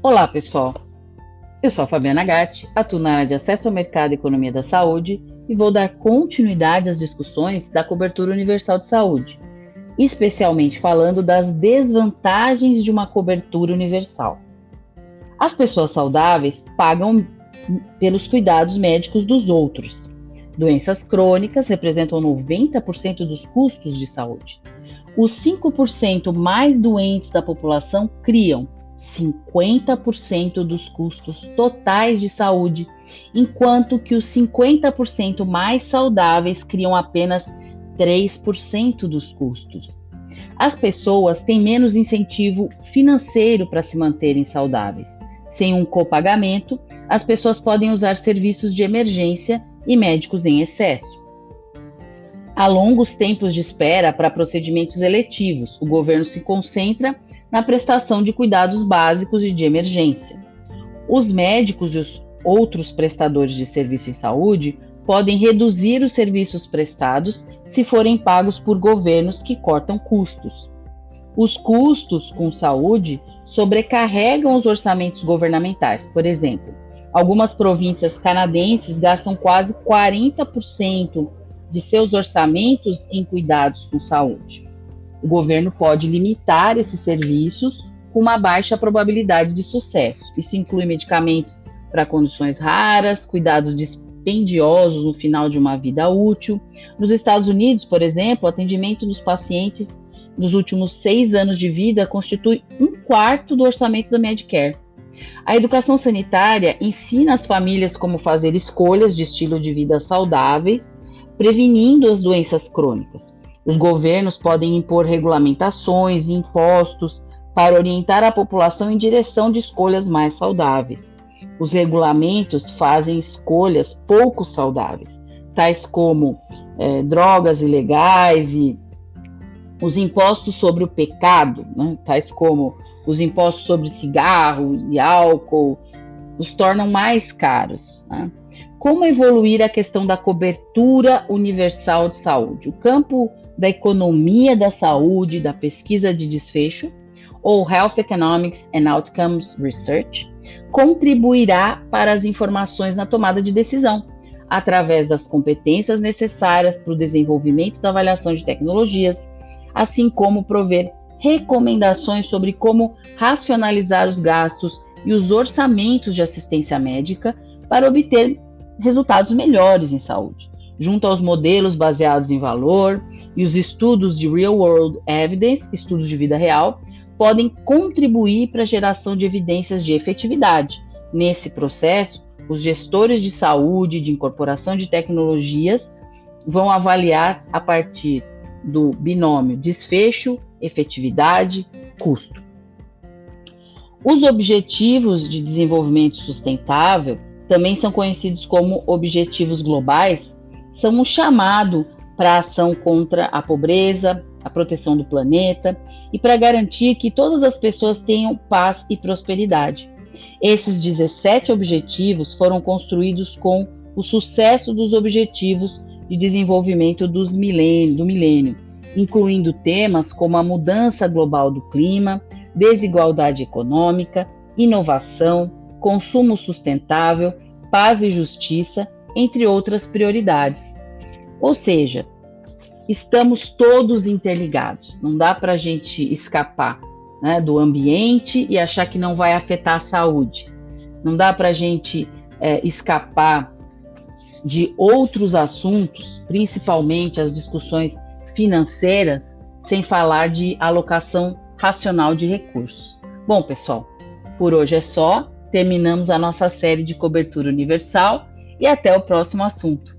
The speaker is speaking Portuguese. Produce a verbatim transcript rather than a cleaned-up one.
Olá, pessoal. Eu sou a Fabiana Gatti, atuo na área de acesso ao mercado e economia da saúde e vou dar continuidade às discussões da cobertura universal de saúde, especialmente falando das desvantagens de uma cobertura universal. As pessoas saudáveis pagam pelos cuidados médicos dos outros. Doenças crônicas representam noventa por cento dos custos de saúde. Os cinco por cento mais doentes da população criam cinquenta por cento dos custos totais de saúde, enquanto que os cinquenta por cento mais saudáveis criam apenas três por cento dos custos. As pessoas têm menos incentivo financeiro para se manterem saudáveis. Sem um copagamento, as pessoas podem usar serviços de emergência e médicos em excesso. Há longos tempos de espera para procedimentos eletivos. O governo se concentra na prestação de cuidados básicos e de emergência. Os médicos e os outros prestadores de serviço em saúde podem reduzir os serviços prestados se forem pagos por governos que cortam custos. Os custos com saúde sobrecarregam os orçamentos governamentais. Por exemplo, algumas províncias canadenses gastam quase quarenta por cento de seus orçamentos em cuidados com saúde. O governo pode limitar esses serviços com uma baixa probabilidade de sucesso. Isso inclui medicamentos para condições raras, cuidados dispendiosos no final de uma vida útil. Nos Estados Unidos, por exemplo, o atendimento dos pacientes nos últimos seis anos de vida constitui um quarto do orçamento da Medicare. A educação sanitária ensina as famílias como fazer escolhas de estilo de vida saudáveis, prevenindo as doenças crônicas. Os governos podem impor regulamentações e impostos para orientar a população em direção de escolhas mais saudáveis. Os regulamentos fazem escolhas pouco saudáveis, tais como é, drogas ilegais e os impostos sobre o pecado, né, tais como os impostos sobre cigarros e álcool, os tornam mais caros. Né? Como evoluir a questão da cobertura universal de saúde? O campo da economia da saúde, da pesquisa de desfecho, ou Health Economics and Outcomes Research, contribuirá para as informações na tomada de decisão, através das competências necessárias para o desenvolvimento da avaliação de tecnologias, assim como prover recomendações sobre como racionalizar os gastos e os orçamentos de assistência médica para obter resultados melhores em saúde. Junto aos modelos baseados em valor e os estudos de Real World Evidence, estudos de vida real, podem contribuir para a geração de evidências de efetividade. Nesse processo, os gestores de saúde, de incorporação de tecnologias, vão avaliar a partir do binômio desfecho, efetividade, custo. Os Objetivos de Desenvolvimento Sustentável, também são conhecidos como Objetivos Globais, são um chamado para a ação contra a pobreza, a proteção do planeta e para garantir que todas as pessoas tenham paz e prosperidade. Esses dezessete objetivos foram construídos com o sucesso dos Objetivos de Desenvolvimento dos milênio, do milênio, incluindo temas como a mudança global do clima, desigualdade econômica, inovação, consumo sustentável, paz e justiça, entre outras prioridades. Ou seja, estamos todos interligados. Não dá para a gente escapar, né, do ambiente e achar que não vai afetar a saúde. Não dá para a gente é, escapar de outros assuntos, principalmente as discussões financeiras, sem falar de alocação racional de recursos. Bom, pessoal, por hoje é só. Terminamos a nossa série de cobertura universal e até o próximo assunto.